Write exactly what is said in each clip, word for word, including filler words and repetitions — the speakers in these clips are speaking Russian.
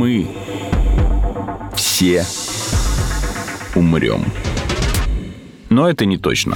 Мы все умрем. Но это не точно.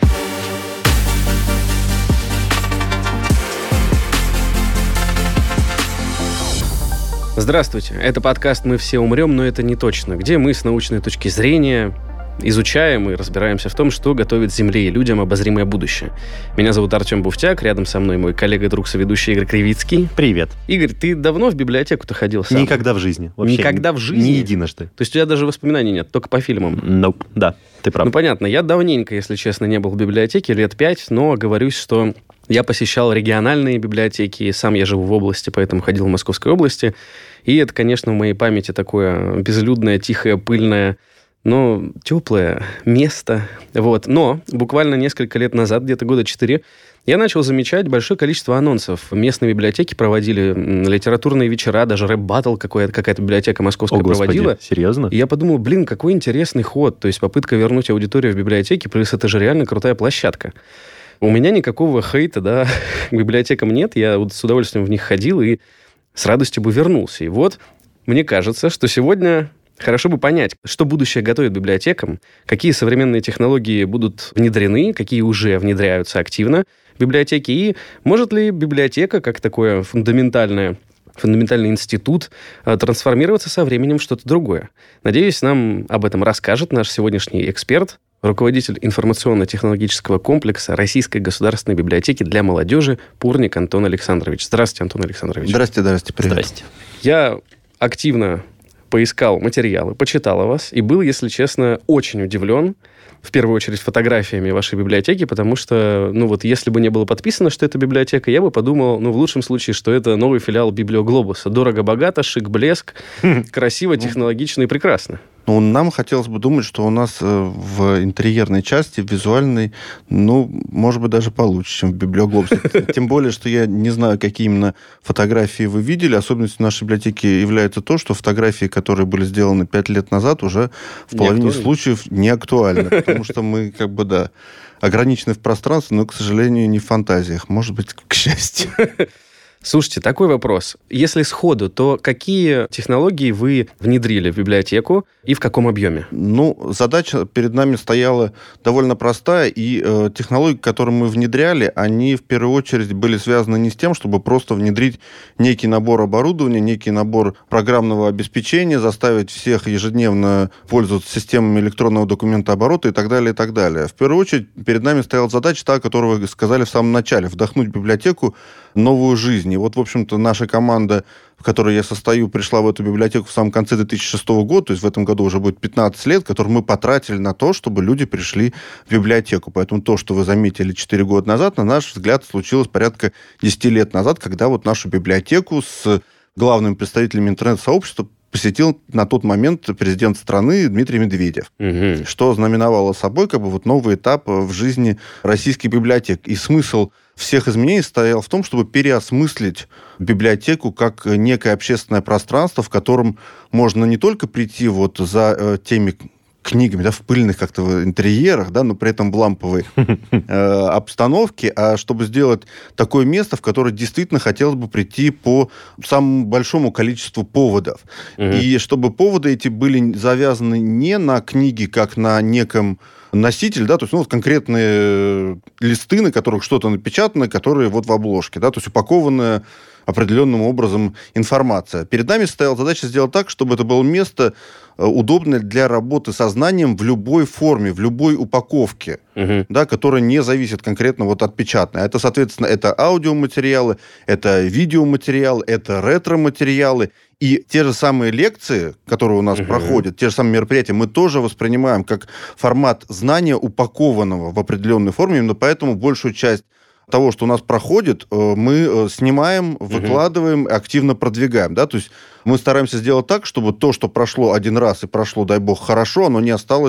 Здравствуйте, это подкаст «Мы все умрем, но это не точно», где мы с научной точки зрения изучаем и разбираемся в том, что готовит Земле и людям обозримое будущее. Меня зовут Артем Буфтяк, рядом со мной мой коллега, друг, соведущий Игорь Кривицкий. Привет. Игорь, ты давно в библиотеку-то ходил сам? Никогда в жизни. Вообще Никогда в жизни? Не единожды. То есть у тебя даже воспоминаний нет, только по фильмам? Nope. Да, ты прав. Ну, понятно. Я давненько, если честно, не был в библиотеке, лет пять, но оговорюсь, что я посещал региональные библиотеки, сам я живу в области, поэтому ходил в Московской области. И это, конечно, в моей памяти такое безлюдное, тихое, пыльное, но теплое место. Вот. Но буквально несколько лет назад, где-то года четыре, я начал замечать большое количество анонсов. Местные библиотеки проводили литературные вечера, даже рэп-баттл какая-то библиотека московская О, Господи, проводила. Серьезно? И я подумал, блин, какой интересный ход. То есть попытка вернуть аудиторию в библиотеки, плюс это же реально крутая площадка. У меня никакого хейта, да, к библиотекам нет. Я вот с удовольствием в них ходил и с радостью бы вернулся. И вот мне кажется, что сегодня хорошо бы понять, что будущее готовит библиотекам, какие современные технологии будут внедрены, какие уже внедряются активно в библиотеки, и может ли библиотека, как такое фундаментальное, фундаментальный институт, трансформироваться со временем в что-то другое. Надеюсь, нам об этом расскажет наш сегодняшний эксперт, руководитель информационно-технологического комплекса Российской государственной библиотеки для молодежи Пурник Антон Александрович. Здравствуйте, Антон Александрович. Здравствуйте, здравствуйте, привет. Здрасте. Я активно поискал материалы, почитал о вас и был, если честно, очень удивлен, в первую очередь, фотографиями вашей библиотеки, потому что, ну вот, если бы не было подписано, что это библиотека, я бы подумал, ну, в лучшем случае, что это новый филиал Библиоглобуса. Дорого-богато, шик-блеск, красиво, технологично и прекрасно. Ну, нам хотелось бы думать, что у нас в интерьерной части, в визуальной, ну, может быть, даже получше, чем в Библиоглобусе. Тем более, что я не знаю, какие именно фотографии вы видели. Особенностью нашей библиотеки является то, что фотографии, которые были сделаны пять лет назад, уже в половине случаев не актуальны. Потому что мы, как бы, да, ограничены в пространстве, но, к сожалению, не в фантазиях. Может быть, к счастью. Слушайте, такой вопрос. Если сходу, то какие технологии вы внедрили в библиотеку и в каком объеме? Ну, задача перед нами стояла довольно простая, и э, технологии, которые мы внедряли, они в первую очередь были связаны не с тем, чтобы просто внедрить некий набор оборудования, некий набор программного обеспечения, заставить всех ежедневно пользоваться системами электронного документооборота и так далее, и так далее. В первую очередь перед нами стояла задача, та, о которой вы сказали в самом начале, вдохнуть в библиотеку новую жизнь. И вот, в общем-то, наша команда, в которой я состою, пришла в эту библиотеку в самом конце две тысячи шестого года, то есть в этом году уже будет пятнадцать лет, которые мы потратили на то, чтобы люди пришли в библиотеку. Поэтому то, что вы заметили четыре года назад, на наш взгляд, случилось порядка десять лет назад, когда вот нашу библиотеку с главными представителями интернет-сообщества посетил на тот момент президент страны Дмитрий Медведев, угу. Что знаменовало собой как бы вот новый этап в жизни российских библиотек. И смысл всех изменений состоял в том, чтобы переосмыслить библиотеку как некое общественное пространство, в котором можно не только прийти вот за э, теми книгами, да, в пыльных как-то в интерьерах, да, но при этом в ламповой э, обстановке, а чтобы сделать такое место, в которое действительно хотелось бы прийти по самому большому количеству поводов. Mm-hmm. И чтобы поводы эти были завязаны не на книги, как на неком носитель, да, то есть ну, вот конкретные листы, на которых что-то напечатано, которые вот в обложке, да, то есть упакованная определенным образом информация. Перед нами стояла задача сделать так, чтобы это было место удобное для работы со знанием в любой форме, в любой упаковке, угу. да, которая не зависит конкретно вот от печатной. Это, соответственно, это аудиоматериалы, это видеоматериалы, это ретро-материалы. И те же самые лекции, которые у нас угу. проходят, те же самые мероприятия, мы тоже воспринимаем как формат знания, упакованного в определенной форме. Именно поэтому большую часть того, что у нас проходит, мы снимаем, выкладываем, угу. активно продвигаем. Да? То есть мы стараемся сделать так, чтобы то, что прошло один раз и прошло, дай бог, хорошо, оно не осталось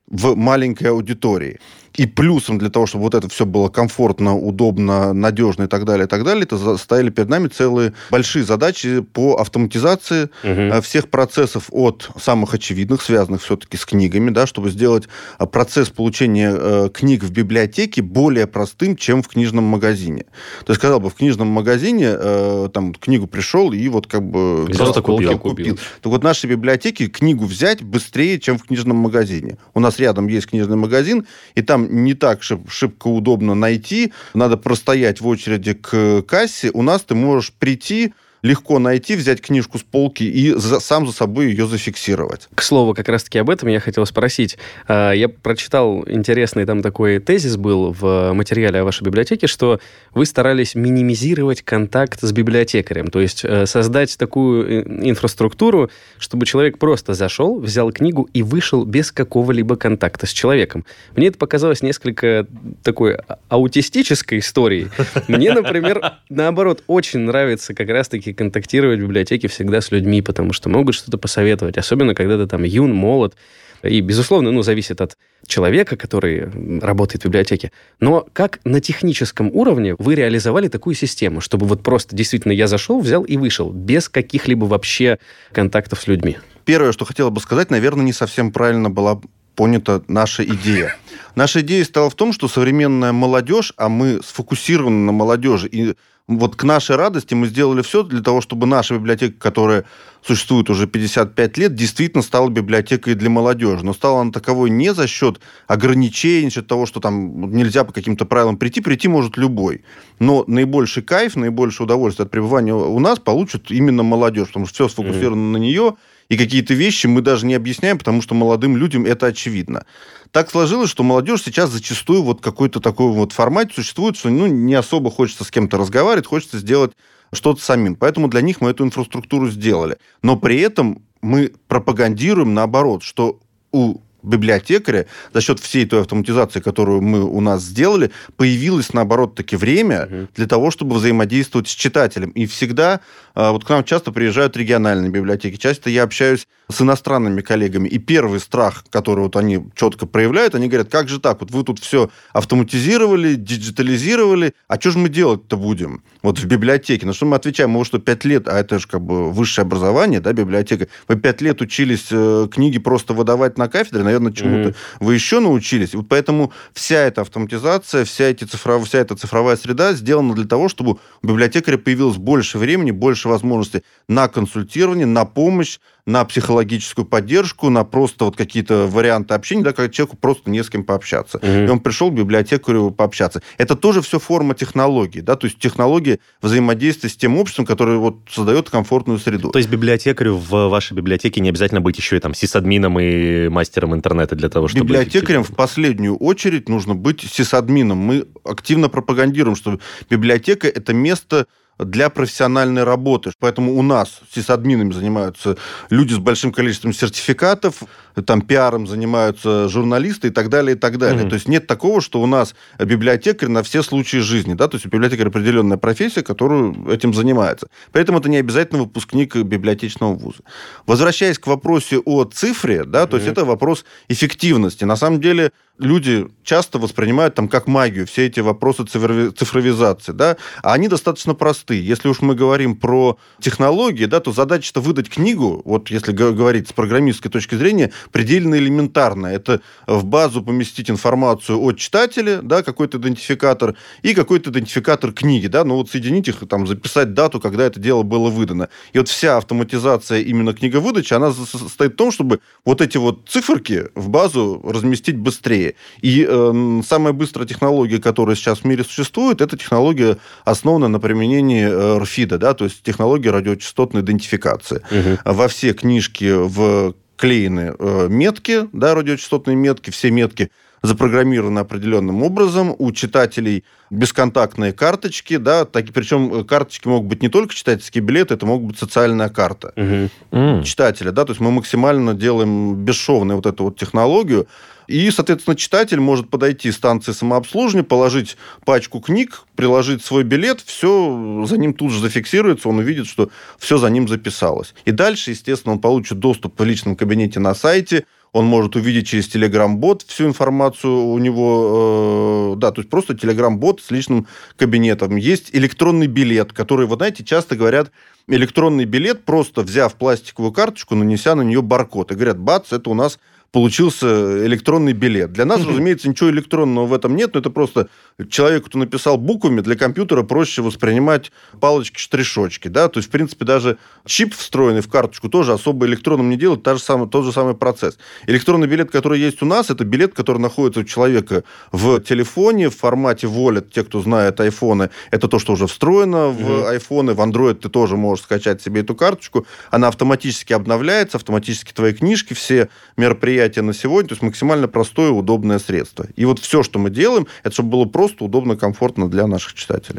в маленькой аудитории. И плюсом для того, чтобы вот это все было комфортно, удобно, надежно и так далее, и так далее, это стояли перед нами целые большие задачи по автоматизации угу. всех процессов от самых очевидных, связанных все-таки с книгами, да, чтобы сделать процесс получения э, книг в библиотеке более простым, чем в книжном магазине. То есть, сказал бы, в книжном магазине э, там книгу пришел и вот как бы... Просто купил. купил. Так вот, в нашей библиотеке книгу взять быстрее, чем в книжном магазине. У нас рядом есть книжный магазин, и там не так шиб, шибко удобно найти, надо простоять в очереди к кассе. У нас ты можешь прийти, легко найти, взять книжку с полки и за, сам за собой ее зафиксировать. К слову, как раз-таки об этом я хотел спросить. Я прочитал интересный там такой тезис был в материале о вашей библиотеке, что вы старались минимизировать контакт с библиотекарем, то есть создать такую инфраструктуру, чтобы человек просто зашел, взял книгу и вышел без какого-либо контакта с человеком. Мне это показалось несколько такой аутистической историей. Мне, например, наоборот, очень нравится как раз-таки контактировать в библиотеке всегда с людьми, потому что могут что-то посоветовать, особенно когда ты там юн, молод. И, безусловно, ну, зависит от человека, который работает в библиотеке. Но как на техническом уровне вы реализовали такую систему, чтобы вот просто действительно я зашел, взял и вышел, без каких-либо вообще контактов с людьми? Первое, что хотела бы сказать, наверное, не совсем правильно была понята наша идея. Наша идея стала в том, что современная молодежь, а мы сфокусированы на молодежи, и вот к нашей радости мы сделали все для того, чтобы наша библиотека, которая существует уже пятьдесят пять лет, действительно стала библиотекой для молодежи. Но стала она таковой не за счет ограничений, за счет того, что там нельзя по каким-то правилам прийти. Прийти может любой. Но наибольший кайф, наибольшее удовольствие от пребывания у нас получит именно молодежь, потому что все сфокусировано mm-hmm. на нее, и какие-то вещи мы даже не объясняем, потому что молодым людям это очевидно. Так сложилось, что молодежь сейчас зачастую вот какой-то такой вот формат существует, что ну, не особо хочется с кем-то разговаривать, хочется сделать что-то самим. Поэтому для них мы эту инфраструктуру сделали. Но при этом мы пропагандируем наоборот, что у библиотекаря за счет всей той автоматизации, которую мы у нас сделали, появилось, наоборот, таки время угу. для того, чтобы взаимодействовать с читателем. И всегда, вот к нам часто приезжают региональные библиотеки, часто я общаюсь с иностранными коллегами, и первый страх, который вот они четко проявляют, они говорят, как же так, вот вы тут все автоматизировали, диджитализировали, а что же мы делать-то будем вот в библиотеке? На что мы отвечаем, мы что, пять лет, а это же как бы высшее образование, да, библиотека, вы пять лет учились э, книги просто выдавать на кафедре, наверное, чему-то mm-hmm. вы еще научились. Вот поэтому вся эта автоматизация, вся, эти цифров... вся эта цифровая среда сделана для того, чтобы у библиотекаря появилось больше времени, больше возможностей на консультирование, на помощь, на психологическую поддержку, на просто вот какие-то варианты общения, да, когда человеку просто не с кем пообщаться. Mm-hmm. И он пришел к библиотекарю пообщаться. Это тоже все форма технологии, да, то есть технологии взаимодействия с тем обществом, которое вот создает комфортную среду. То есть библиотекарю в вашей библиотеке не обязательно быть еще и там сисадмином и мастером интернета для того, чтобы... Библиотекарям в последнюю очередь нужно быть сисадмином. Мы активно пропагандируем, что библиотека – это место для профессиональной работы. Поэтому у нас сисадминами занимаются люди с большим количеством сертификатов, там пиаром занимаются журналисты и так далее, и так далее. Mm-hmm. То есть нет такого, что у нас библиотекарь на все случаи жизни. Да? То есть у библиотекаря определенная профессия, которую этим занимается. При этом это не обязательно выпускник библиотечного вуза. Возвращаясь к вопросу о цифре, да, то mm-hmm. есть это вопрос эффективности. На самом деле люди часто воспринимают там как магию все эти вопросы цифровизации, да, а они достаточно простые. Если уж мы говорим про технологии, да, то задача-то выдать книгу, вот если говорить с программистской точки зрения, предельно элементарная. Это в базу поместить информацию от читателя, да, какой-то идентификатор, и какой-то идентификатор книги, да, ну вот соединить их, там, записать дату, когда это дело было выдано. И вот вся автоматизация именно книговыдачи, она состоит в том, чтобы вот эти вот циферки в базу разместить быстрее. И э, самая быстрая технология, которая сейчас в мире существует, это технология, основанная на применении э, эр эф ай ди, да, то есть технология радиочастотной идентификации. Угу. Во все книжки вклеены э, метки, да, радиочастотные метки, все метки запрограммированы определенным образом. У читателей бесконтактные карточки, да, так, причем карточки могут быть не только читательские билеты, это могут быть социальная карта угу. mm. читателя, да, то есть мы максимально делаем бесшовную вот эту вот технологию, и, соответственно, читатель может подойти к станции самообслуживания, положить пачку книг, приложить свой билет, все за ним тут же зафиксируется, он увидит, что все за ним записалось. И дальше, естественно, он получит доступ в личном кабинете на сайте, он может увидеть через Telegram-бот всю информацию у него, э, да, то есть просто Telegram-бот с личным кабинетом. Есть электронный билет, который, вот знаете, часто говорят, электронный билет, просто взяв пластиковую карточку, нанеся на нее баркод. И говорят, бац, это у нас получился электронный билет. Для нас, mm-hmm. разумеется, ничего электронного в этом нет, но это просто человеку, кто написал буквами, для компьютера проще воспринимать палочки-штришочки, да, то есть, в принципе, даже чип, встроенный в карточку, тоже особо электронным не делает, та же самая, тот же самый процесс. Электронный билет, который есть у нас, это билет, который находится у человека в телефоне, в формате Wallet, те, кто знает айфоны, это то, что уже встроено в mm-hmm. айфоны, в Android ты тоже можешь скачать себе эту карточку, она автоматически обновляется, автоматически твои книжки, все мероприятия на сегодня, то есть максимально простое, удобное средство. И вот все, что мы делаем, это чтобы было просто удобно, комфортно для наших читателей.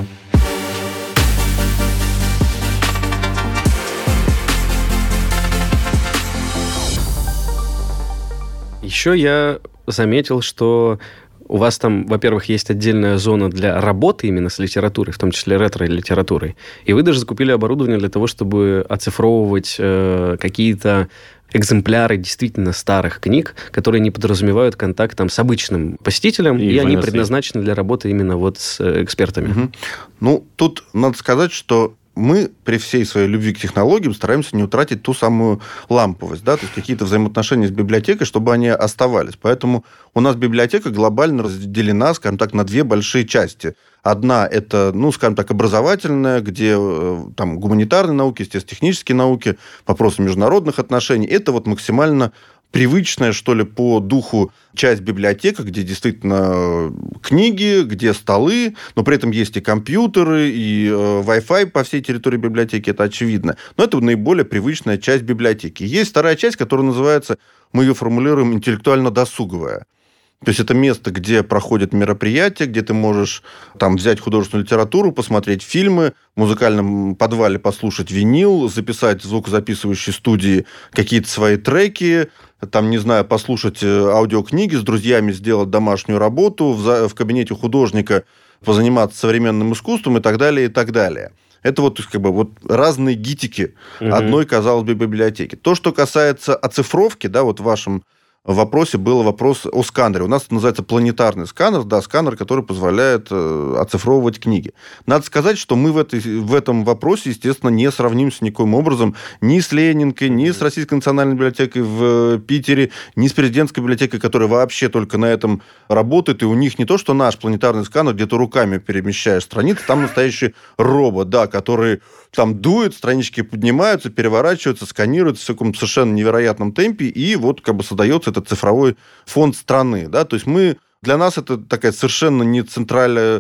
Еще я заметил, что у вас там, во-первых, есть отдельная зона для работы именно с литературой, в том числе ретро-литературой. И вы даже закупили оборудование для того, чтобы оцифровывать э, какие-то экземпляры действительно старых книг, которые не подразумевают контакт там, с обычным посетителем, и, и они предназначены для работы именно вот с экспертами. Угу. Ну, тут надо сказать, что мы при всей своей любви к технологиям стараемся не утратить ту самую ламповость, да, то есть какие-то взаимоотношения с библиотекой, чтобы они оставались. Поэтому у нас библиотека глобально разделена, скажем так, на две большие части. Одна – это, ну, скажем так, образовательная, где там гуманитарные науки, естественно-технические науки, вопросы международных отношений. Это вот максимально привычная, что ли, по духу часть библиотека, где действительно книги, где столы, но при этом есть и компьютеры, и э, Wi-Fi по всей территории библиотеки, это очевидно. Но это наиболее привычная часть библиотеки. Есть вторая часть, которая называется, мы ее формулируем, интеллектуально-досуговая. То есть это место, где проходят мероприятия, где ты можешь там взять художественную литературу, посмотреть фильмы, в музыкальном подвале послушать винил, записать в звукозаписывающей студии какие-то свои треки, там, не знаю, послушать аудиокниги, с друзьями сделать домашнюю работу, в, в кабинете художника позаниматься современным искусством и так далее, и так далее. Это вот, как бы, вот разные гитики угу. одной, казалось бы, библиотеки. То, что касается оцифровки, да, вот в вашем в вопросе был вопрос о сканере. У нас это называется планетарный сканер, да, сканер, который позволяет э, оцифровывать книги. Надо сказать, что мы в, этой, в этом вопросе, естественно, не сравнимся никоим образом ни с Ленинкой, ни с Российской национальной библиотекой в Питере, ни с президентской библиотекой, которая вообще только на этом работает. И у них не то, что наш планетарный сканер, где ты руками перемещаешь страницы, там настоящий робот, да, который там дует, странички поднимаются, переворачиваются, сканируются в таком совершенно невероятном темпе, и вот как бы создается этот цифровой фонд страны. Да? То есть мы, для нас это такая совершенно не центральная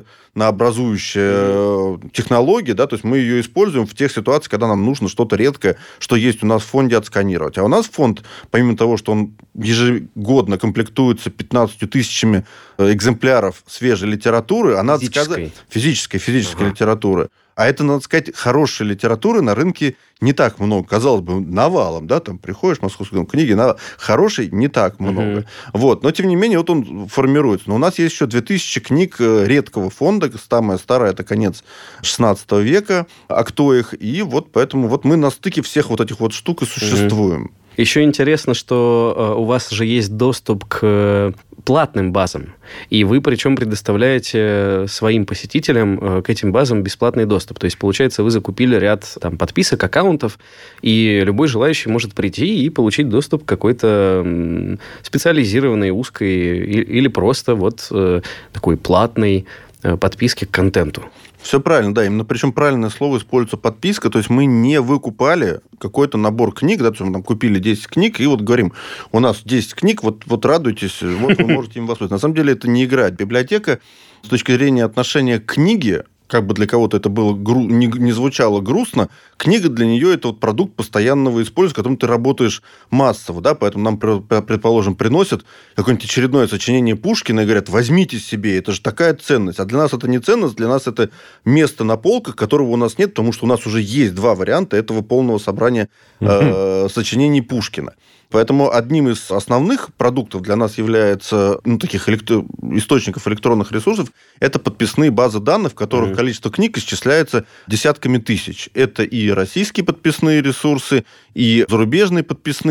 образующая технология, да, то есть мы ее используем в тех ситуациях, когда нам нужно что-то редкое, что есть у нас в фонде, отсканировать. А у нас фонд, помимо того, что он ежегодно комплектуется пятнадцатью тысячами экземпляров свежей литературы, а надо сказать, физической, физической ага. литературы, а это, надо сказать, хорошей литературы на рынке не так много. Казалось бы, навалом, да, там приходишь в московскую книги, навал. Хорошей не так много. Uh-huh. Вот. Но, тем не менее, вот он формируется. Но у нас есть еще две тысячи книг редкого фонда. Самая старая – это конец шестнадцатого века. А кто их? И вот поэтому вот мы на стыке всех вот этих вот штук и существуем. Uh-huh. Еще интересно, что у вас же есть доступ к платным базам, и вы причем предоставляете своим посетителям к этим базам бесплатный доступ. То есть, получается, вы закупили ряд там, подписок, аккаунтов, и любой желающий может прийти и получить доступ к какой-то специализированной, узкой или просто вот такой платной подписке к контенту. Все правильно, да. Именно причем правильное слово используется подписка. То есть мы не выкупали какой-то набор книг, да, то есть мы там купили десять книг, и вот говорим, у нас десять книг, вот, вот радуйтесь, вот вы можете им воспользоваться. На самом деле это не играть. Библиотека с точки зрения отношения к книге, как бы для кого-то это было гру... не, не звучало грустно, книга для нее это вот продукт постоянного использования, с которым ты работаешь массово, да, поэтому нам, предположим, приносят какое-нибудь очередное сочинение Пушкина и говорят, возьмите себе, это же такая ценность. А для нас это не ценность, для нас это место на полках, которого у нас нет, потому что у нас уже есть два варианта этого полного собрания э, сочинений Пушкина. Поэтому одним из основных продуктов для нас является, ну, таких электро... источников электронных ресурсов, это подписные базы данных, в которых mm-hmm. количество книг исчисляется десятками тысяч. Это и российские подписные ресурсы, и зарубежные подписные.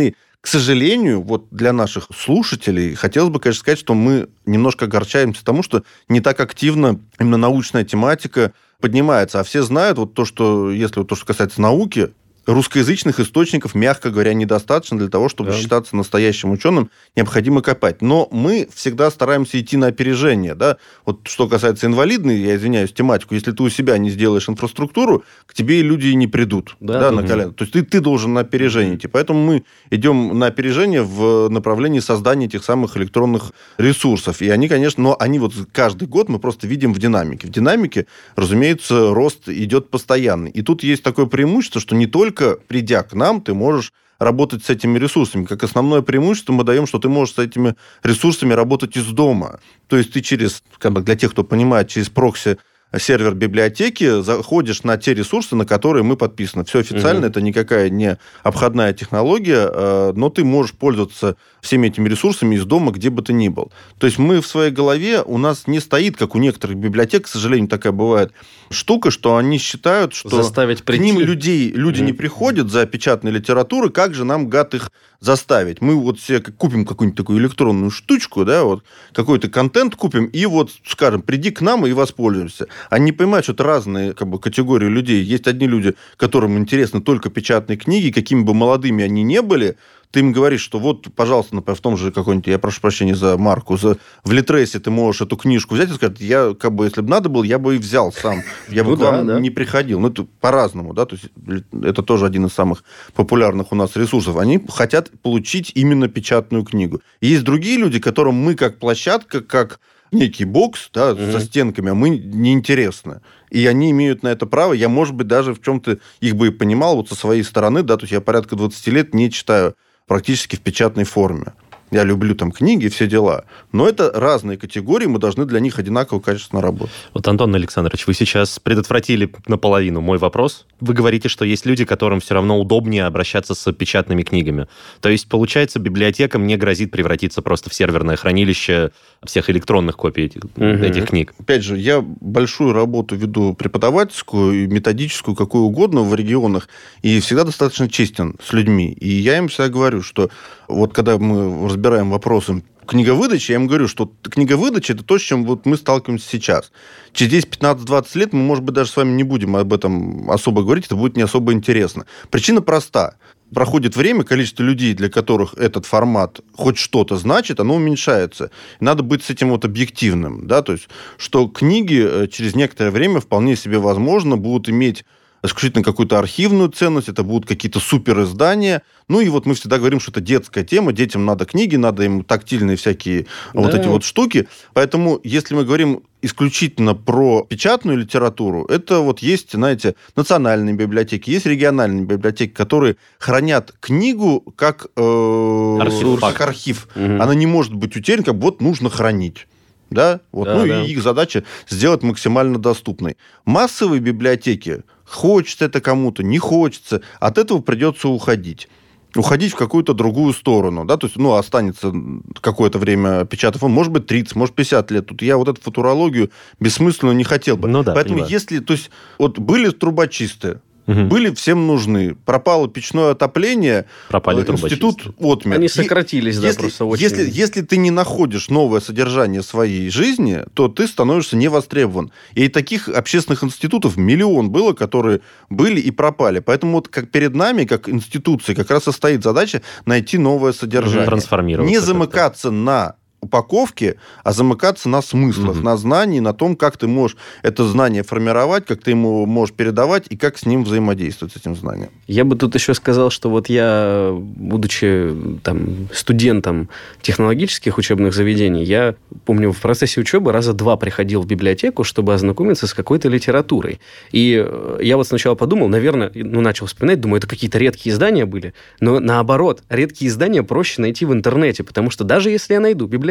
К сожалению, вот для наших слушателей хотелось бы, конечно, сказать, что мы немножко огорчаемся тому, что не так активно именно научная тематика поднимается. А все знают вот то, что, если вот то, что касается науки, русскоязычных источников, мягко говоря, недостаточно для того, чтобы да. считаться настоящим ученым, необходимо копать. Но мы всегда стараемся идти на опережение. Да? Вот что касается инвалидной, я извиняюсь, тематику, если ты у себя не сделаешь инфраструктуру, к тебе и люди и не придут да, да, на колено. То есть ты, ты должен на опережение идти. Поэтому мы идем на опережение в направлении создания этих самых электронных ресурсов. И они, конечно, но они вот каждый год мы просто видим в динамике. В динамике, разумеется, рост идет постоянный. И тут есть такое преимущество, что не только придя к нам, ты можешь работать с этими ресурсами. Как основное преимущество мы даем, что ты можешь с этими ресурсами работать из дома. То есть ты через, как бы для тех, кто понимает, через прокси сервер библиотеки заходишь на те ресурсы, на которые мы подписаны. Все официально, mm-hmm. это никакая не обходная технология, но ты можешь пользоваться всеми этими ресурсами из дома, где бы ты ни был. То есть мы в своей голове, у нас не стоит, как у некоторых библиотек, к сожалению, такая бывает штука, что они считают, что заставить прийти. К ним людей, люди mm-hmm. не приходят за печатной литературой, как же нам, гад, их заставить? Мы вот себе купим какую-нибудь такую электронную штучку, да, вот какой-то контент купим, и вот скажем, приди к нам и воспользуемся. Они не понимают, что это разные как бы, категории людей. Есть одни люди, которым интересны только печатные книги, какими бы молодыми они ни были, ты им говоришь, что вот, пожалуйста, например, в том же какой-нибудь, я прошу прощения за марку, за, в Литресе ты можешь эту книжку взять и сказать, я, как бы, если бы надо было, я бы и взял сам. Я бы ну, к вам да, да. не приходил. Ну, это по-разному, да, то есть это тоже один из самых популярных у нас ресурсов. Они хотят получить именно печатную книгу. И есть другие люди, которым мы как площадка, как некий бокс, да, mm-hmm. со стенками, а мы неинтересны. И они имеют на это право. Я, может быть, даже в чем-то их бы и понимал вот со своей стороны, да, то есть я порядка двадцать лет не читаю практически в печатной форме. Я люблю там книги и все дела. Но это разные категории, мы должны для них одинаково качественно работать. Вот, Антон Александрович, вы сейчас предотвратили наполовину мой вопрос. Вы говорите, что есть люди, которым все равно удобнее обращаться с печатными книгами. То есть, получается, библиотекам не грозит превратиться просто в серверное хранилище всех электронных копий этих, угу. этих книг. Опять же, я большую работу веду преподавательскую, методическую, какую угодно в регионах, и всегда достаточно честен с людьми. И я им всегда говорю, что вот когда мы разбираем вопросы книговыдачи, я им говорю, что книговыдача – это то, с чем вот мы сталкиваемся сейчас. Через десять, пятнадцать, двадцать лет мы, может быть, даже с вами не будем об этом особо говорить, это будет не особо интересно. Причина проста. Проходит время, количество людей, для которых этот формат хоть что-то значит, оно уменьшается. И надо быть с этим вот объективным. Да? То есть, что книги через некоторое время вполне себе возможно будут иметь исключительно какую-то архивную ценность, это будут какие-то супериздания. Ну и вот мы всегда говорим, что это детская тема, детям надо книги, надо им тактильные всякие да. вот эти вот штуки. Поэтому, если мы говорим исключительно про печатную литературу, это вот есть, знаете, национальные библиотеки, есть региональные библиотеки, которые хранят книгу как, э, архив. как архив. Угу. Она не может быть утеряна, как вот нужно хранить. Да? Вот. Да, ну да. и их задача сделать максимально доступной. Массовые библиотеки, хочется это кому-то, не хочется, от этого придется уходить. Уходить в какую-то другую сторону. Да? То есть, ну, останется какое-то время печатный фонд, может быть, тридцать, может, пятьдесят лет. Тут я вот эту футурологию бессмысленно не хотел бы. Ну, да, Поэтому, понимаю. если... То есть, вот были трубочисты, Угу. были всем нужны. Пропало печное отопление, пропали институт отмер. Они сократились, да, если, просто очень. Если, если ты не находишь новое содержание своей жизни, то ты становишься невостребован. И таких общественных институтов миллион было, которые были и пропали. Поэтому вот как перед нами, как институции, как раз и стоит задача найти новое содержание. Трансформироваться. Не замыкаться на упаковки, а замыкаться на смыслах, mm-hmm. на знании, на том, как ты можешь это знание формировать, как ты ему можешь передавать и как с ним взаимодействовать, с этим знанием. Я бы тут еще сказал, что вот я, будучи там, студентом технологических учебных заведений, я помню, в процессе учебы раза два приходил в библиотеку, чтобы ознакомиться с какой-то литературой. И я вот сначала подумал, наверное, ну, начал вспоминать, думаю, это какие-то редкие издания были, но наоборот, редкие издания проще найти в интернете, потому что даже если я найду библиотеку,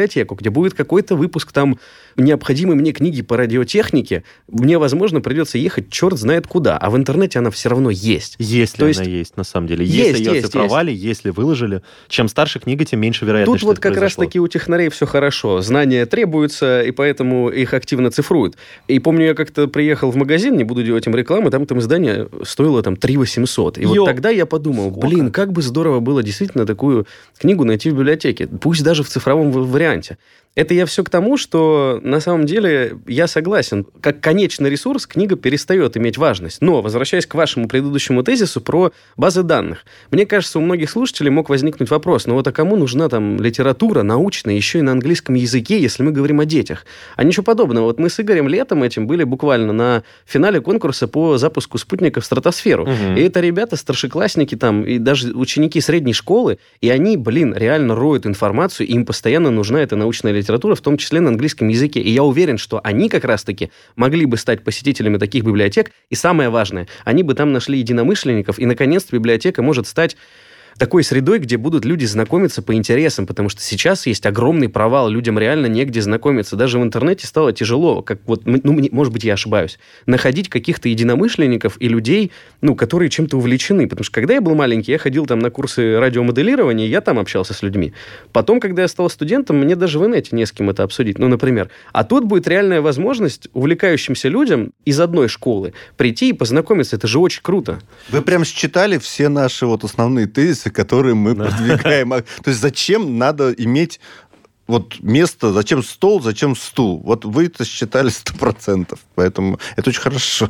библиотеку, где будет какой-то выпуск там необходимой мне книги по радиотехнике, мне, возможно, придется ехать черт знает куда, а в интернете она все равно есть. Если То она есть... есть, на самом деле. Есть, если ее есть, оцифровали, есть. Если выложили, чем старше книга, тем меньше вероятность, Тут что вот это как произошло. раз-таки у технарей все хорошо. Знания требуются, и поэтому их активно цифруют. И помню, я как-то приехал в магазин, не буду делать им рекламы, там там издание стоило там три тысячи восемьсот. И Йо. вот тогда я подумал, Сколько? блин, как бы здорово было действительно такую книгу найти в библиотеке, пусть даже в цифровом варианте. Это я все к тому, что на самом деле я согласен. Как конечный ресурс книга перестает иметь важность. Но, возвращаясь к вашему предыдущему тезису про базы данных, мне кажется, у многих слушателей мог возникнуть вопрос, ну вот а кому нужна там литература научная, еще и на английском языке, если мы говорим о детях? А ничего подобного. Вот мы с Игорем летом этим были буквально на финале конкурса по запуску спутника в стратосферу. Угу. И это ребята, старшеклассники там, и даже ученики средней школы, и они, блин, реально роют информацию, и им постоянно нужна эта научная литература. литература, в том числе на английском языке. И я уверен, что они как раз-таки могли бы стать посетителями таких библиотек. И самое важное, они бы там нашли единомышленников, и, наконец-то, библиотека может стать такой средой, где будут люди знакомиться по интересам, потому что сейчас есть огромный провал, людям реально негде знакомиться. Даже в интернете стало тяжело, как вот, ну, может быть, я ошибаюсь, находить каких-то единомышленников и людей, ну, которые чем-то увлечены. Потому что когда я был маленький, я ходил там на курсы радиомоделирования, и я там общался с людьми. Потом, когда я стал студентом, мне даже в инете не с кем это обсудить, ну, например. А тут будет реальная возможность увлекающимся людям из одной школы прийти и познакомиться. Это же очень круто. Вы прям считали все наши вот основные тезисы, которые мы да. продвигаем. То есть зачем надо иметь вот место, зачем стол, зачем стул? Вот вы это считали сто процентов. Поэтому это очень хорошо.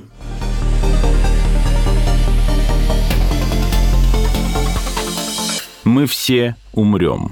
Мы все умрем.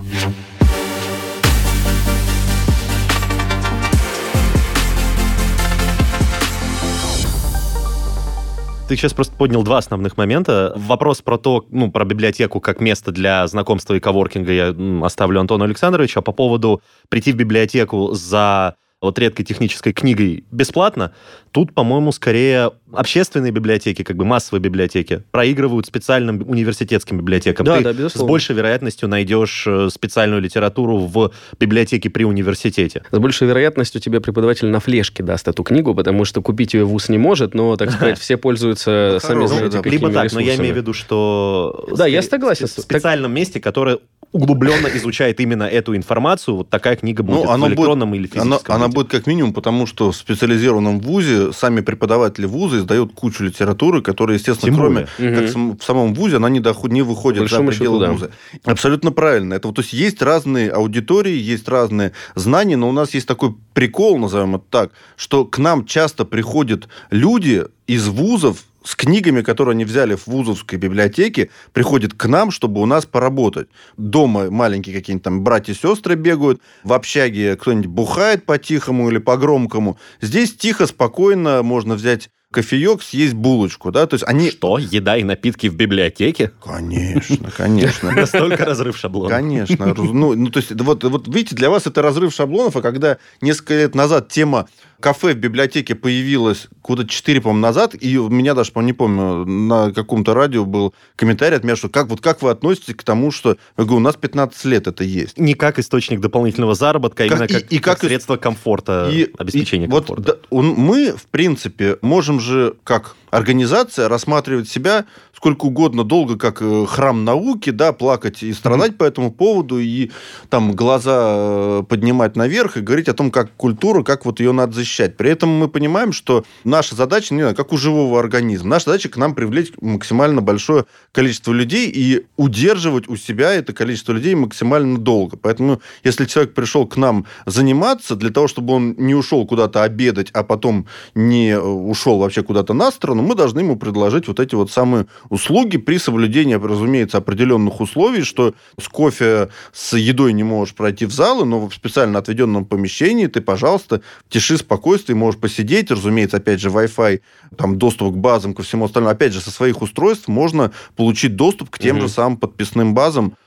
Ты сейчас просто поднял два основных момента. Вопрос про то, ну, про библиотеку как место для знакомства и коворкинга я оставлю Антону Александровичу. А по поводу прийти в библиотеку за вот редкой технической книгой бесплатно, тут, по-моему, скорее общественные библиотеки, как бы массовые библиотеки, проигрывают специальным университетским библиотекам. Да, Ты да, безусловно. С большей вероятностью найдешь специальную литературу в библиотеке при университете. С большей вероятностью тебе преподаватель на флешке даст эту книгу, потому что купить ее вуз не может, но, так сказать, все пользуются, сами знаете, какими Либо так, ресурсами. но я имею в виду, что да, я согласен. В специальном месте, которое углубленно изучает именно эту информацию, вот такая книга будет ну, в электронном будет, или физическом она, она будет как минимум, потому что в специализированном вузе сами преподаватели вуза издают кучу литературы, которая, естественно, Тем кроме, более. как угу. в самом вузе, она не, доход, не выходит за пределы да. вуза. Абсолютно правильно. Это, то есть есть разные аудитории, есть разные знания, но у нас есть такой прикол, назовем это так, что к нам часто приходят люди из вузов, с книгами, которые они взяли в вузовской библиотеке, приходят к нам, чтобы у нас поработать. Дома маленькие какие-нибудь там братья и сестры бегают, в общаге кто-нибудь бухает по-тихому или по-громкому. Здесь тихо, спокойно можно взять кофеек, съесть булочку, да, то есть они... Что? Еда и напитки в библиотеке? Конечно, конечно. Настолько разрыв шаблонов. Конечно. Ну, ну, то есть, вот, вот видите, для вас это разрыв шаблонов, а когда несколько лет назад тема кафе в библиотеке появилась года четыре, по-моему, назад, и у меня даже, по-моему, не помню, на каком-то радио был комментарий от меня, что как, вот как вы относитесь к тому, что, я говорю, у нас пятнадцать лет это есть. Не как источник дополнительного заработка, а именно как, и, и как, как средство комфорта, и, обеспечения и, комфорта. Вот, да, он, мы, в принципе, можем же, как организация, рассматривать себя сколько угодно долго, как храм науки, да, плакать и страдать mm-hmm. по этому поводу, и там глаза поднимать наверх и говорить о том, как культура, как вот ее надо защищать. При этом мы понимаем, что наша задача, не знаю, как у живого организма, наша задача к нам привлечь максимально большое количество людей и удерживать у себя это количество людей максимально долго. Поэтому, если человек пришел к нам заниматься, для того, чтобы он не ушел куда-то обедать, а потом не ушел вообще куда-то на сторону, мы должны ему предложить вот эти вот самые услуги при соблюдении, разумеется, определенных условий, что с кофе, с едой не можешь пройти в залы, но в специально отведенном помещении ты, пожалуйста, в тиши, спокойствии можешь посидеть. Разумеется, опять же, Wi-Fi, там, доступ к базам, ко всему остальному. Опять же, со своих устройств можно получить доступ к тем mm-hmm. же самым подписным базам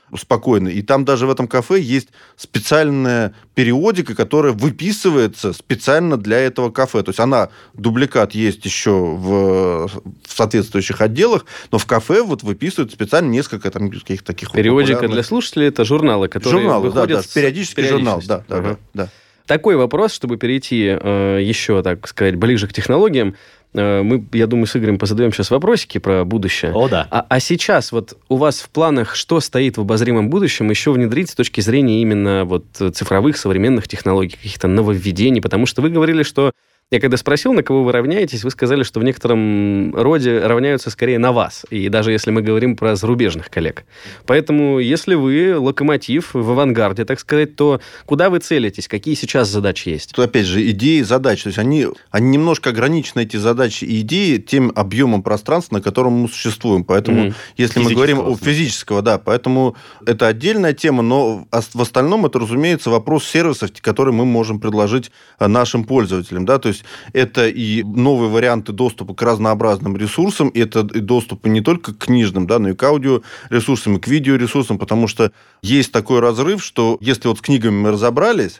спокойно. И там даже в этом кафе есть специальная периодика, которая выписывается специально для этого кафе. То есть она, дубликат есть еще в, в соответствующих отделах, но в кафе вот выписывают специально несколько там каких-то таких... Периодика популярных... для слушателей – это журналы, которые журналы, выходят... Да, да, периодический журнал, да, да, ага. да, да. Такой вопрос, чтобы перейти э, еще, так сказать, ближе к технологиям. Э, мы, я думаю, с Игорем позадаем сейчас вопросики про будущее. О, да. А, а сейчас вот у вас в планах, что стоит в обозримом будущем, еще внедрить с точки зрения именно вот цифровых современных технологий, каких-то нововведений? Потому что вы говорили, что... Я когда спросил, на кого вы равняетесь, вы сказали, что в некотором роде равняются скорее на вас. И даже если мы говорим про зарубежных коллег. Поэтому, если вы локомотив в авангарде, так сказать, то куда вы целитесь? Какие сейчас задачи есть? Тут, опять же, идеи, задачи. То есть они, они немножко ограничены, эти задачи и идеи, тем объемом пространства, на котором мы существуем. Поэтому, mm-hmm. если мы говорим о физического, да, поэтому это отдельная тема, но в остальном это, разумеется, вопрос сервисов, которые мы можем предложить нашим пользователям. Да? То есть это и новые варианты доступа к разнообразным ресурсам, и это и доступ не только к книжным, да, но и к аудиоресурсам, и к видеоресурсам, потому что есть такой разрыв, что если вот с книгами мы разобрались,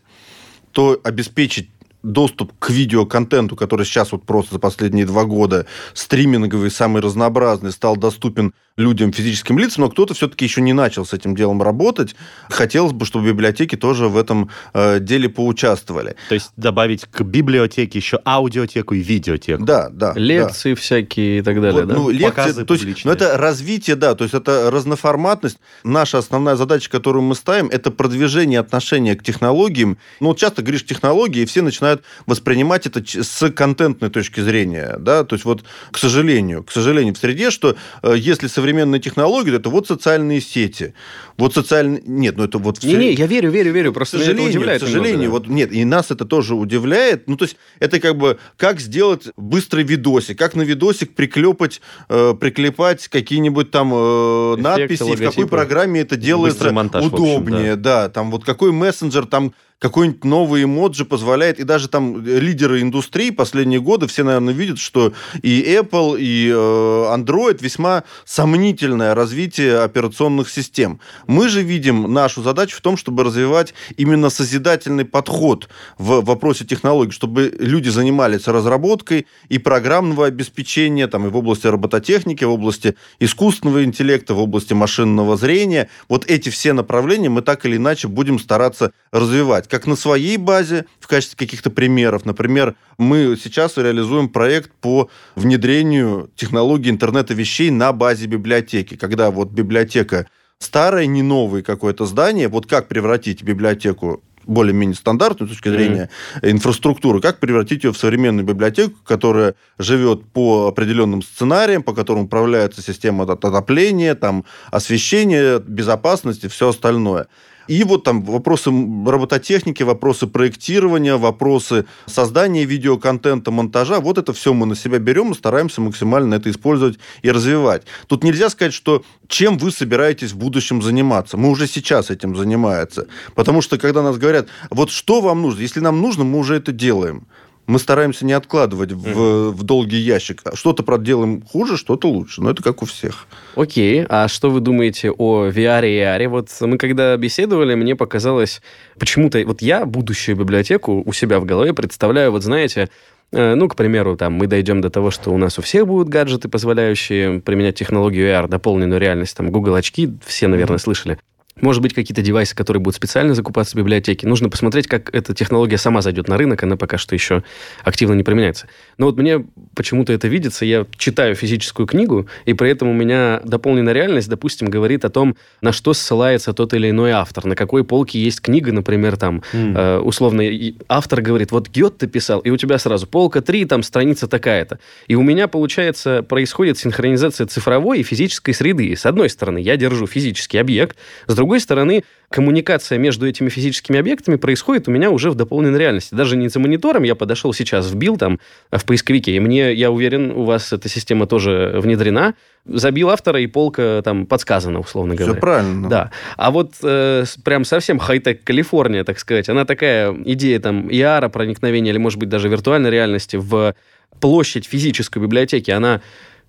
то обеспечить доступ к видеоконтенту, который сейчас вот просто за последние два года стриминговый, самый разнообразный, стал доступен людям, физическим лицам, но кто-то все-таки еще не начал с этим делом работать. Хотелось бы, чтобы библиотеки тоже в этом э, деле поучаствовали. То есть добавить к библиотеке еще аудиотеку и видеотеку. Да, да. Лекции да. всякие и так далее, вот, да? Ну, лекции, то есть, ну, это развитие, да, то есть это разноформатность. Наша основная задача, которую мы ставим, это продвижение отношения к технологиям. Ну, вот часто говоришь технологии, и все начинают воспринимать это с контентной точки зрения, да, то есть вот, к сожалению, к сожалению, в среде, что э, если современные современные технологии, это вот социальные сети. Вот социальные... Нет, ну это вот... Не-не, я верю, верю, верю. Просто к сожалению, это удивляет к сожалению, немного, да. вот нет, и нас это тоже удивляет. Ну, то есть, это как бы, как сделать быстрый видосик, как на видосик приклепать, э, приклепать какие-нибудь там э, надписи, логотипы. В какой программе это делается монтаж, удобнее, общем, да. да, там вот какой мессенджер, там какой-нибудь новый эмоджи позволяет, и даже там лидеры индустрии последние годы, все, наверное, видят, что и Apple, и Android весьма сомнительное развитие операционных систем. Мы же видим нашу задачу в том, чтобы развивать именно созидательный подход в вопросе технологий, чтобы люди занимались разработкой и программного обеспечения, там, и в области робототехники, в области искусственного интеллекта, в области машинного зрения. Вот эти все направления мы так или иначе будем стараться развивать. Как на своей базе, в качестве каких-то примеров. Например, мы сейчас реализуем проект по внедрению технологии интернета вещей на базе библиотеки. Когда вот библиотека старая, не новое какое-то здание, вот как превратить библиотеку более-менее стандартную с точки зрения mm-hmm. инфраструктуры, как превратить ее в современную библиотеку, которая живет по определенным сценариям, по которым управляется система отопления, там, освещения, безопасности, все остальное. И вот там вопросы робототехники, вопросы проектирования, вопросы создания видеоконтента, монтажа, вот это все мы на себя берем и стараемся максимально это использовать и развивать. Тут нельзя сказать, что чем вы собираетесь в будущем заниматься. Мы уже сейчас этим занимаемся. Потому что, когда нас говорят, вот что вам нужно, если нам нужно, мы уже это делаем. Мы стараемся не откладывать в, mm-hmm. в долгий ящик. Что-то, правда, делаем хуже, что-то лучше. Но это как у всех. Окей. А что вы думаете о ви ар и эй ар? Вот мы когда беседовали, мне показалось... Почему-то... Вот я будущую библиотеку у себя в голове представляю, вот знаете... Ну, к примеру, там мы дойдем до того, что у нас у всех будут гаджеты, позволяющие применять технологию эй ар, дополненную реальность. Там Google очки, все, наверное, mm-hmm. слышали. Может быть, какие-то девайсы, которые будут специально закупаться в библиотеке. Нужно посмотреть, как эта технология сама зайдет на рынок. Она пока что еще активно не применяется. Но вот мне почему-то это видится. Я читаю физическую книгу, и при этом у меня дополненная реальность, допустим, говорит о том, на что ссылается тот или иной автор. На какой полке есть книга, например, там, mm. э, условно, автор говорит, вот Гёте писал, и у тебя сразу полка три, там, страница такая-то. И у меня, получается, происходит синхронизация цифровой и физической среды. С одной стороны, я держу физический объект, с другой С другой стороны, коммуникация между этими физическими объектами происходит у меня уже в дополненной реальности. Даже не за монитором, я подошел сейчас, вбил там в поисковике, и мне, я уверен, у вас эта система тоже внедрена, забил автора, и полка там подсказана, условно говоря. Все правильно. Да. А вот э, прям совсем хай-тек Калифорния, так сказать, она такая идея там и ар, проникновения, или, может быть, даже виртуальной реальности в площадь физической библиотеки, она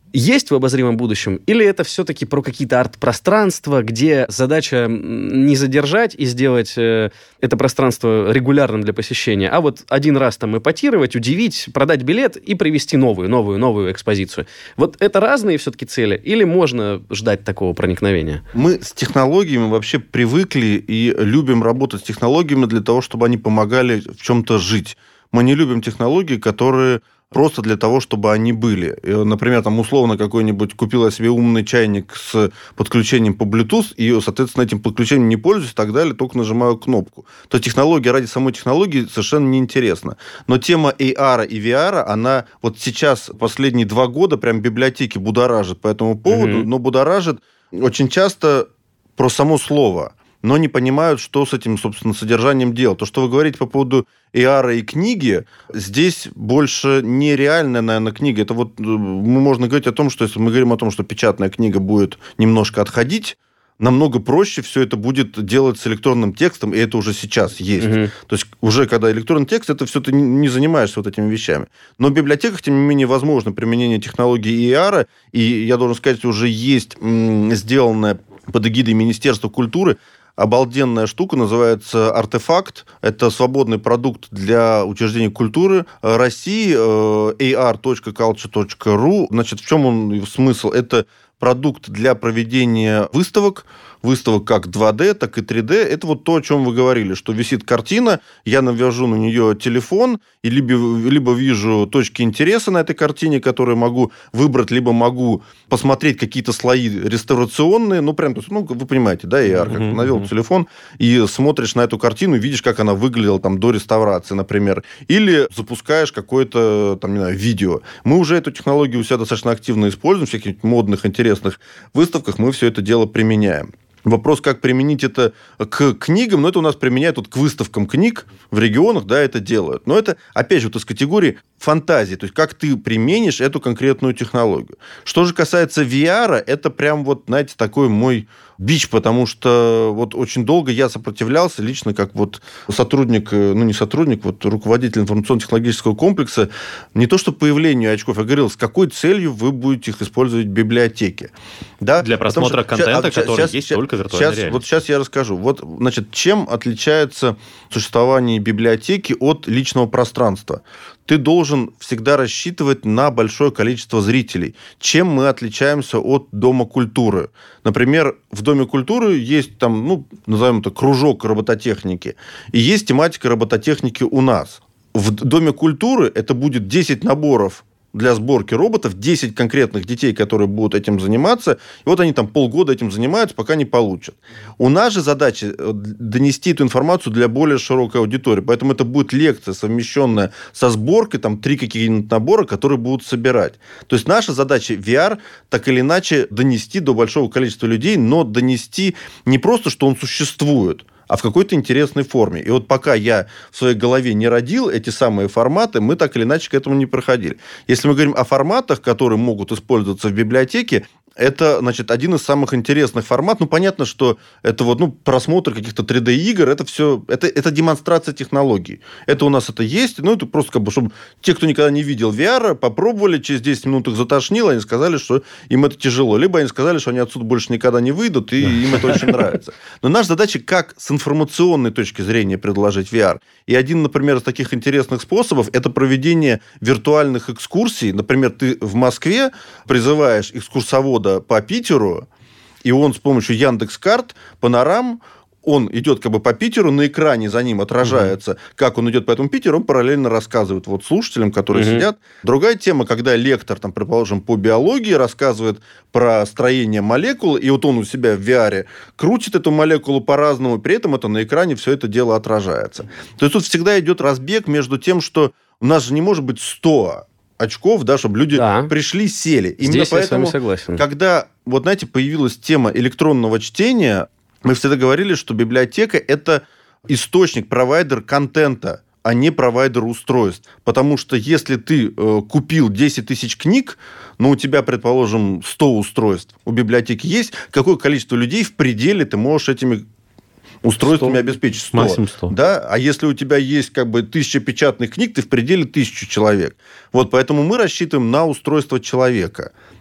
есть в обозримом будущем? Или это все-таки про какие-то арт-пространства, где задача не задержать и сделать э, это пространство регулярным для посещения, а вот один раз там эпатировать, удивить, продать билет и привести новую, новую, новую экспозицию? Вот это разные все-таки цели? Или можно ждать такого проникновения? Мы с технологиями вообще привыкли и любим работать с технологиями для того, чтобы они помогали в чем-то жить. Мы не любим технологии, которые... просто для того, чтобы они были. Например, там условно какой-нибудь купил я себе умный чайник с подключением по Bluetooth, и, соответственно, этим подключением не пользуюсь и так далее, только нажимаю кнопку. То есть технология ради самой технологии совершенно неинтересна. Но тема эй ар и ви ар, она вот сейчас, последние два года, прям библиотеки будоражит по этому поводу, mm-hmm. но будоражит очень часто про само слово, но не понимают, что с этим, собственно, содержанием делать. То, что вы говорите по поводу эй ар и книги, здесь больше нереальная, наверное, книга. Это вот мы можно говорить о том, что если мы говорим о том, что печатная книга будет немножко отходить, намного проще все это будет делать с электронным текстом, и это уже сейчас есть. Mm-hmm. То есть уже когда электронный текст, это все ты не занимаешься вот этими вещами. Но в библиотеках, тем не менее, возможно применение технологий эй ар, и я должен сказать, уже есть м- сделанное под эгидой Министерства культуры обалденная штука, называется «Артефакт». Это свободный продукт для учреждений культуры России, эй ар точка калче точка ру. Значит, в чем он смысл? Это продукт для проведения выставок, выставок как два дэ, так и три дэ. Это вот то, о чем вы говорили, что висит картина, я навяжу на нее телефон, и либо, либо вижу точки интереса на этой картине, которые могу выбрать, либо могу посмотреть какие-то слои реставрационные, ну, прям, ну, вы понимаете, да, эй ар, как навел телефон, и смотришь на эту картину, и видишь, как она выглядела там до реставрации, например. Или запускаешь какое-то, там, не знаю, видео. Мы уже эту технологию у себя достаточно активно используем, в всяких модных, интересных выставках мы все это дело применяем. Вопрос, как применить это к книгам, но это у нас применяют вот к выставкам книг в регионах, да, это делают. Но это, опять же, вот из категории фантазии, то есть как ты применишь эту конкретную технологию. Что же касается ви ар, это прям вот, знаете, такой мой бич, потому что вот очень долго я сопротивлялся лично как вот сотрудник, ну не сотрудник, вот руководитель информационно-технологического комплекса, не то что появлению очков, я говорил, с какой целью вы будете их использовать в библиотеке. Да? Для просмотра что, контента, сейчас, который сейчас, есть сейчас, только в виртуальной сейчас, реальности. Вот сейчас я расскажу. Вот, значит, чем отличается существование библиотеки от личного пространства? Ты должен всегда рассчитывать на большое количество зрителей. Чем мы отличаемся от Дома культуры? Например, в Доме культуры есть там, ну, назовем это, кружок робототехники, и есть тематика робототехники у нас. В Доме культуры это будет десять наборов для сборки роботов, десять конкретных детей, которые будут этим заниматься, и вот они там полгода этим занимаются, пока не получат. У нас же задача донести эту информацию для более широкой аудитории, поэтому это будет лекция, совмещенная со сборкой, там три какие-нибудь набора, которые будут собирать. То есть наша задача ви ар так или иначе донести до большого количества людей, но донести не просто, что он существует, а в какой-то интересной форме. И вот пока я в своей голове не родил эти самые форматы, мы так или иначе к этому не проходили. Если мы говорим о форматах, которые могут использоваться в библиотеке, это, значит, один из самых интересных форматов. Ну, понятно, что это вот, ну, просмотр каких-то три дэ-игр, это все, это, это демонстрация технологий. Это у нас это есть, ну, это просто как бы, чтобы те, кто никогда не видел ви ар, попробовали, через десять минут их затошнило, они сказали, что им это тяжело. Либо они сказали, что они отсюда больше никогда не выйдут, и им это очень нравится. Но наша задача, как с информационной точки зрения предложить ви ар. И один, например, из таких интересных способов, это проведение виртуальных экскурсий. Например, ты в Москве призываешь экскурсовода по Питеру, и он с помощью Яндекс.Карт, Панорам, он идет как бы по Питеру, на экране за ним отражается, угу. как он идет по этому Питеру, он параллельно рассказывает вот слушателям, которые угу. сидят. Другая тема, когда лектор, там, предположим, по биологии рассказывает про строение молекул, и вот он у себя в ви ар крутит эту молекулу по-разному, при этом это на экране все это дело отражается. То есть тут всегда идет разбег между тем, что у нас же не может быть сто очков, да, чтобы люди да. пришли, сели. Именно Здесь поэтому, я с вами согласен. Когда, вот знаете, появилась тема электронного чтения, мы всегда говорили, что библиотека – это источник, провайдер контента, а не провайдер устройств. Потому что если ты э, купил десять тысяч книг, но у тебя, предположим, сто устройств у библиотеки есть, какое количество людей в пределе ты можешь этими устройствами сто обеспечить? сто. Максимум сто. Да? А если у тебя есть как бы тысяча печатных книг, ты в пределе тысячи человек. Вот поэтому мы рассчитываем на устройство человека.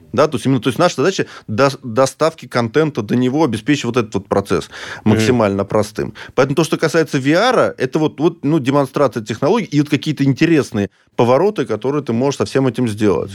Да, то есть именно, то есть наша задача до, доставки контента до него обеспечить вот этот вот процесс максимально mm-hmm. простым. Поэтому то, что касается ви ар, это вот, вот ну, демонстрация технологий и вот какие-то интересные повороты, которые ты можешь со всем этим сделать.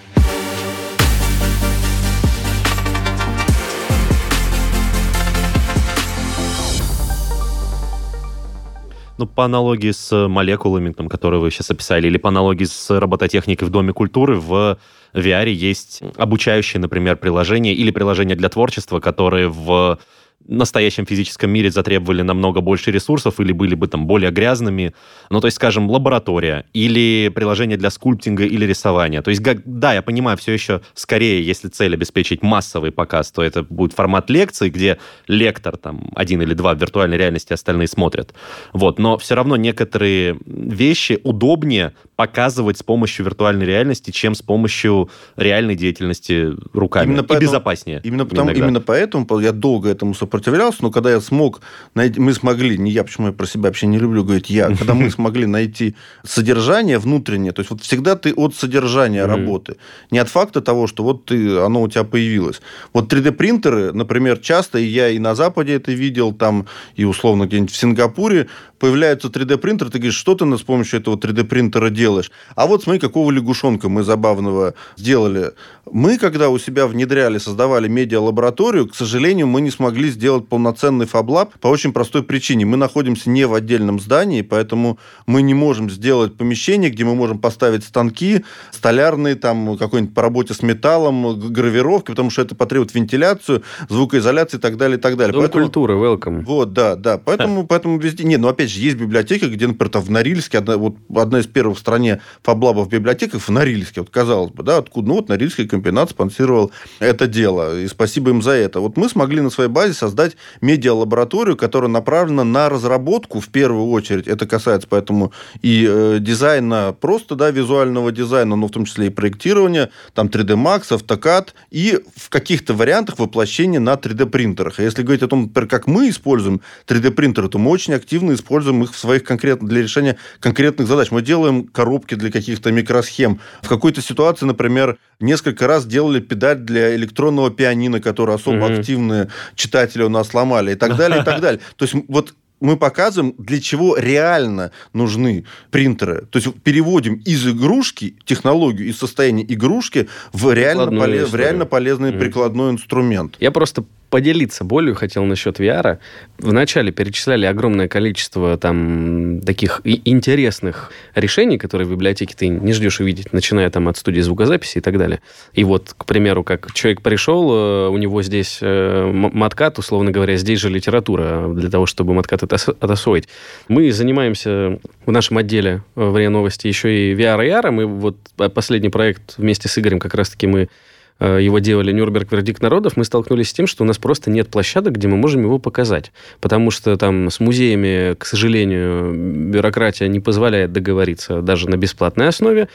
Ну, по аналогии с молекулами, там, которые вы сейчас описали, или по аналогии с робототехникой в Доме культуры, в ви ар есть обучающие, например, приложения или приложения для творчества, которые в настоящем физическом мире затребовали намного больше ресурсов или были бы там более грязными. Ну, то есть, скажем, лаборатория или приложение для скульптинга или рисования. То есть, да, я понимаю, все еще скорее, если цель обеспечить массовый показ, то это будет формат лекции, где лектор там один или два в виртуальной реальности, остальные смотрят. Вот. Но все равно некоторые вещи удобнее показывать с помощью виртуальной реальности, чем с помощью реальной деятельности руками. Именно и поэтому, безопаснее. Именно, потому, именно поэтому я долго этому сопротивлялся, но когда я смог найти, мы смогли, не я, почему я про себя вообще не люблю говорить я, когда мы смогли найти содержание внутреннее, то есть вот всегда ты от содержания работы, не от факта того, что вот ты, оно у тебя появилось. Вот три дэ-принтеры, например, часто, и я и на Западе это видел, там, и условно где-нибудь в Сингапуре, появляется три дэ-принтер, ты говоришь, что ты с помощью этого три дэ-принтера делаешь? А вот смотри, какого лягушонка мы забавного сделали. Мы, когда у себя внедряли, создавали медиалабораторию, к сожалению, мы не смогли сделать полноценный фаблаб по очень простой причине. Мы находимся не в отдельном здании, поэтому мы не можем сделать помещение, где мы можем поставить станки, столярные, там, какой-нибудь по работе с металлом, гравировки, потому что это потребует вентиляцию, звукоизоляцию и так далее, и так далее. Дом поэтому... культуры, welcome. Вот, да, да. Поэтому, поэтому везде... Не, ну, опять же, есть библиотеки, где, например, там в Норильске, одна, вот, одна из первых в стране фаблабов библиотек в Норильске, вот, казалось бы, да, откуда? Ну, вот Норильский комбинат спонсировал это дело, и спасибо им за это. Вот мы смогли на своей базе создать медиалабораторию, которая направлена на разработку, в первую очередь, это касается поэтому и э, дизайна, просто, да, визуального дизайна, но в том числе и проектирования, там три дэ Max, AutoCAD, и в каких-то вариантах воплощения на три дэ-принтерах. А если говорить о том, например, как мы используем три дэ-принтеры, то мы очень активно используем их в своих конкретных, для решения конкретных задач. Мы делаем коробки для каких-то микросхем. В какой-то ситуации, например, несколько раз делали педаль для электронного пианино, которые особо mm-hmm. активные читатели у нас сломали, и так далее, и так далее. То есть вот мы показываем, для чего реально нужны принтеры. То есть переводим из игрушки технологию, из состояния игрушки в реально, полез, в реально полезный mm-hmm. прикладной инструмент. Я просто поделиться болью хотел насчет ви ар. Вначале перечисляли огромное количество там таких интересных решений, которые в библиотеке ты не ждешь увидеть, начиная там от студии звукозаписи и так далее. И вот, к примеру, как человек пришел, у него здесь маткат, условно говоря, здесь же литература для того, чтобы маткат отосвоить. Мы занимаемся в нашем отделе в РИА Новости еще и ви ар и эй ар. Мы вот последний проект вместе с Игорем как раз-таки мы его делали «Нюрнберг. Вердикт народов», мы столкнулись с тем, что у нас просто нет площадок, где мы можем его показать. Потому что там с музеями, к сожалению, бюрократия не позволяет договориться даже на бесплатной основе,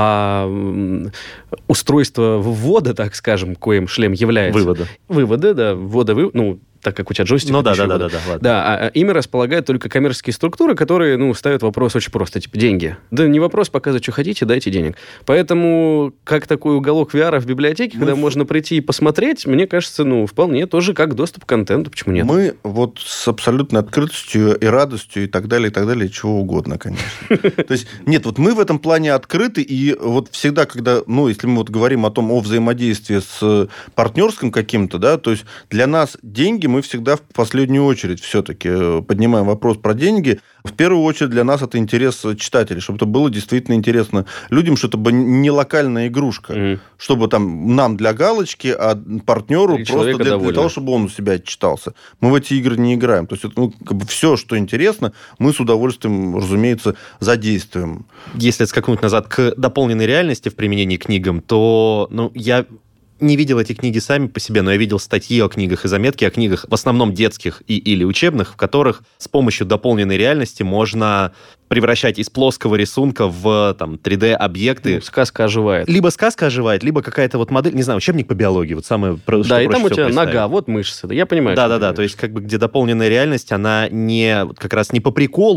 а устройство ввода, так скажем, коим шлем является... Вывода. Вывода, да, ввода, вы... ну, так как у тебя джойстик. Ну да, да, да, да, да, ладно. Да, а, а ими располагают только коммерческие структуры, которые, ну, ставят вопрос очень просто, типа, деньги. Да не вопрос, показывать, что хотите, дайте денег. Поэтому, как такой уголок ви ар в библиотеке, мы когда в... можно прийти и посмотреть, мне кажется, ну, вполне тоже как доступ к контенту, почему нет? Мы вот с абсолютной открытостью и радостью и так далее, и так далее, чего угодно, конечно. То есть, нет, вот мы в этом плане открыты, и вот всегда, когда, ну, если мы вот говорим о том, о взаимодействии с партнерским каким-то, да, то есть для нас деньги мы всегда в последнюю очередь все-таки поднимаем вопрос про деньги. В первую очередь для нас это интерес читателей, чтобы это было действительно интересно людям, что это бы не локальная игрушка, mm. чтобы там нам для галочки, а партнеру и просто для, для того, чтобы он у себя читался. Мы в эти игры не играем. То есть это, ну, как бы все, что интересно, мы с удовольствием, разумеется, задействуем. Если скакнуть назад к дополненной реальности в применении к книгам, то ну, я... не видел эти книги сами по себе, но я видел статьи о книгах и заметки о книгах, в основном детских и, или учебных, в которых с помощью дополненной реальности можно превращать из плоского рисунка в там, три дэ-объекты. Ну, сказка оживает. Либо сказка оживает, либо какая-то вот модель, не знаю, учебник по биологии, вот самое про, да, и там у тебя нога, вот мышцы. Я понимаю. Да-да-да, то есть как бы где дополненная реальность, она не как раз не по приколу,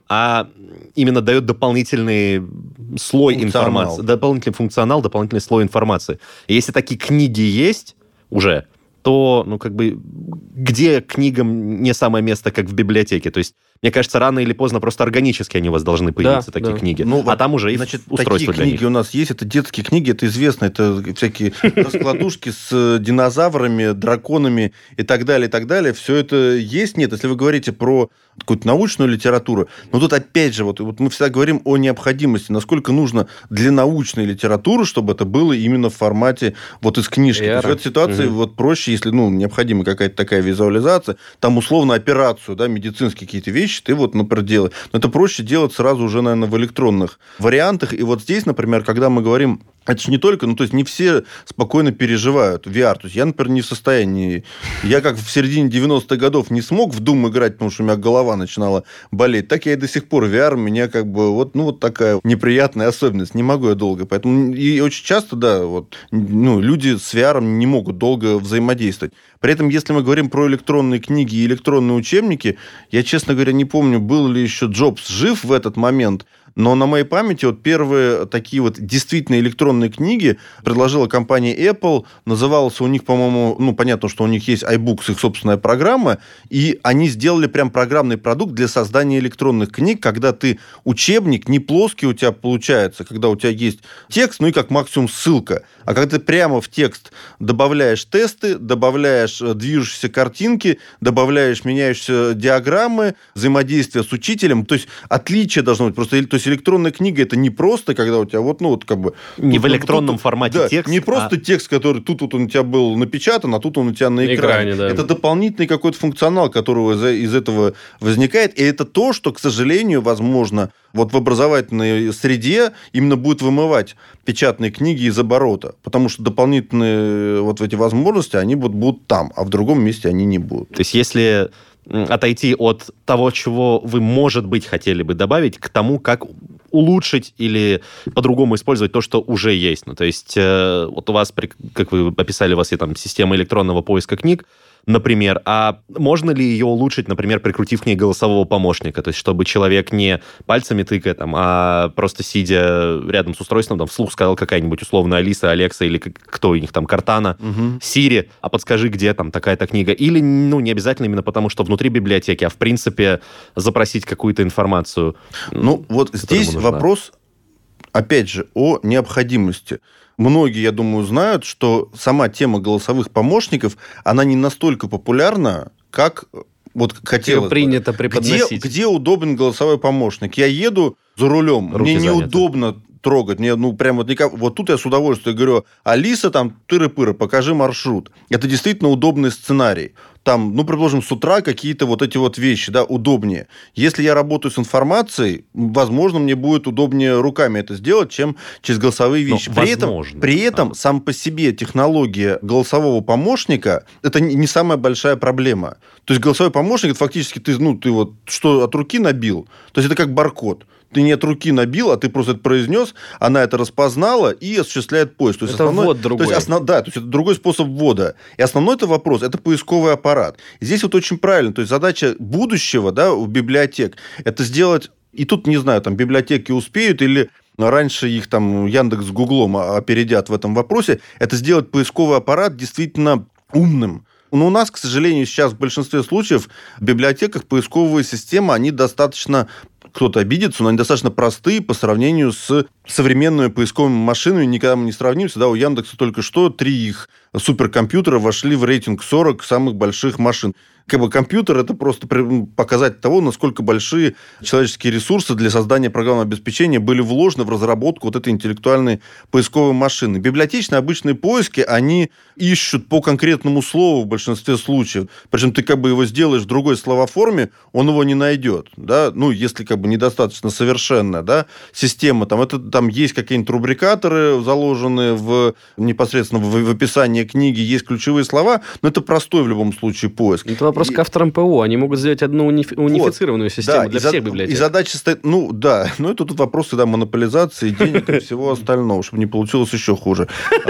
а именно дает дополнительный слой функционал. информации, дополнительный функционал, дополнительный слой информации. И если такие книги есть уже, то, ну, как бы, где книгам не самое место, как в библиотеке? То есть, мне кажется, рано или поздно просто органически они у вас должны появиться, да, такие да. книги. Ну, а там уже значит, и устройства для них. Такие книги у нас есть, это детские книги, это известно, это всякие раскладушки с динозаврами, драконами и так далее, и так далее. Все это есть? Нет, если вы говорите про какую-то научную литературу, но тут опять же, вот, вот мы всегда говорим о необходимости, насколько нужно для научной литературы, чтобы это было именно в формате вот из книжки. То есть в этой ситуации угу. вот проще, если ну, необходима какая-то такая визуализация, там условно операцию, да, медицинские какие-то вещи, ты вот, например, делаешь. Но это проще делать сразу уже, наверное, в электронных вариантах. И вот здесь, например, когда мы говорим... Это же не только, ну, то есть не все спокойно переживают ви ар. То есть я, например, не в состоянии... Я как в середине девяностых годов не смог в Doom играть, потому что у меня голова начинала болеть. Так я и до сих пор ви ар у меня как бы вот, ну, вот такая неприятная особенность. Не могу я долго. Поэтому и очень часто, да, вот, ну, люди с ви ар не могут долго взаимодействовать. При этом, если мы говорим про электронные книги и электронные учебники, я, честно говоря, не помню, был ли еще Джобс жив в этот момент, но на моей памяти вот первые такие вот действительно электронные книги предложила компания Apple. Назывался у них, по-моему, ну, понятно, что у них есть iBooks, их собственная программа, и они сделали прям программный продукт для создания электронных книг, когда ты учебник не плоский у тебя получается, когда у тебя есть текст, ну и как максимум ссылка, а когда ты прямо в текст добавляешь тесты, добавляешь движущиеся картинки, добавляешь меняющиеся диаграммы, взаимодействие с учителем, то есть отличие должно быть просто... То есть электронная книга это не просто, когда у тебя вот, ну, вот как бы... Не тут, в электронном тут, формате да, текст. Не просто а... текст, который тут вот он у тебя был напечатан, а тут он у тебя на экране. экране да. Это дополнительный какой-то функционал, который из этого возникает. И это то, что, к сожалению, возможно, вот в образовательной среде именно будет вымывать печатные книги из оборота. Потому что дополнительные вот эти возможности, они вот будут там, а в другом месте они не будут. То есть если... отойти от того, чего вы, может быть, хотели бы добавить, к тому, как улучшить или по-другому использовать то, что уже есть. Ну, то есть э, вот у вас, как вы описали, у вас есть там система электронного поиска книг, например, а можно ли ее улучшить, например, прикрутив к ней голосового помощника, то есть чтобы человек не пальцами тыкая, там, а просто сидя рядом с устройством, там, вслух сказал какая-нибудь условная Алиса, Алекса или кто у них там, Кортана, угу. Сири, а подскажи, где там такая-то книга. Или, ну, не обязательно именно потому, что внутри библиотеки, а в принципе запросить какую-то информацию. Ну, вот здесь вопрос, опять же, о необходимости. Многие, я думаю, знают, что сама тема голосовых помощников, она не настолько популярна, как вот хотелось бы. Принято преподносить. Где, где удобен голосовой помощник? Я еду за рулем, руки мне заняты. Неудобно трогать. Мне, ну, прям вот, никак... вот тут я с удовольствием говорю, Алиса, там, тыры-пыры, покажи маршрут. Это действительно удобный сценарий. Там, ну, предположим, с утра какие-то вот эти вот вещи, да, удобнее. Если я работаю с информацией, возможно, мне будет удобнее руками это сделать, чем через голосовые вещи. Ну, при этом, при этом а. сам по себе технология голосового помощника – это не самая большая проблема. То есть голосовой помощник – это фактически ты, ну, ты вот что от руки набил, то есть это как баркод. Ты не от руки набил, а ты просто это произнес, она это распознала и осуществляет поиск. То есть это основной, ввод другой. То есть, основ, да, то есть это другой способ ввода. И основной это вопрос – это поисковый аппарат. И здесь вот очень правильно. То есть задача будущего, да, у библиотек – это сделать... И тут, не знаю, там библиотеки успеют или... Раньше их там Яндекс с Гуглом опередят в этом вопросе. Это сделать поисковый аппарат действительно умным. Но у нас, к сожалению, сейчас в большинстве случаев в библиотеках поисковые системы, они достаточно... Кто-то обидится, но они достаточно простые по сравнению с современными поисковыми машинами. Никогда мы не сравнимся. Да, у Яндекса только что три их суперкомпьютера вошли в рейтинг сорок самых больших машин. Как бы компьютер – это просто показатель того, насколько большие человеческие ресурсы для создания программного обеспечения были вложены в разработку вот этой интеллектуальной поисковой машины. Библиотечные обычные поиски, они ищут по конкретному слову в большинстве случаев. Причем ты как бы его сделаешь в другой словоформе, он его не найдет. Да? Ну, если как бы недостаточно совершенная, да, система. Там, это, там есть какие-нибудь рубрикаторы, заложенные в, непосредственно в, в описании книги, есть ключевые слова, но это простой в любом случае поиск. Это вопрос и... к авторам ПО. Они могут сделать одну унифи... унифицированную вот. систему да, для всех за... библиотек. И задача стоит... Ну, да. Но это тут вопросы да, монополизации, денег и всего остального, чтобы не получилось еще хуже.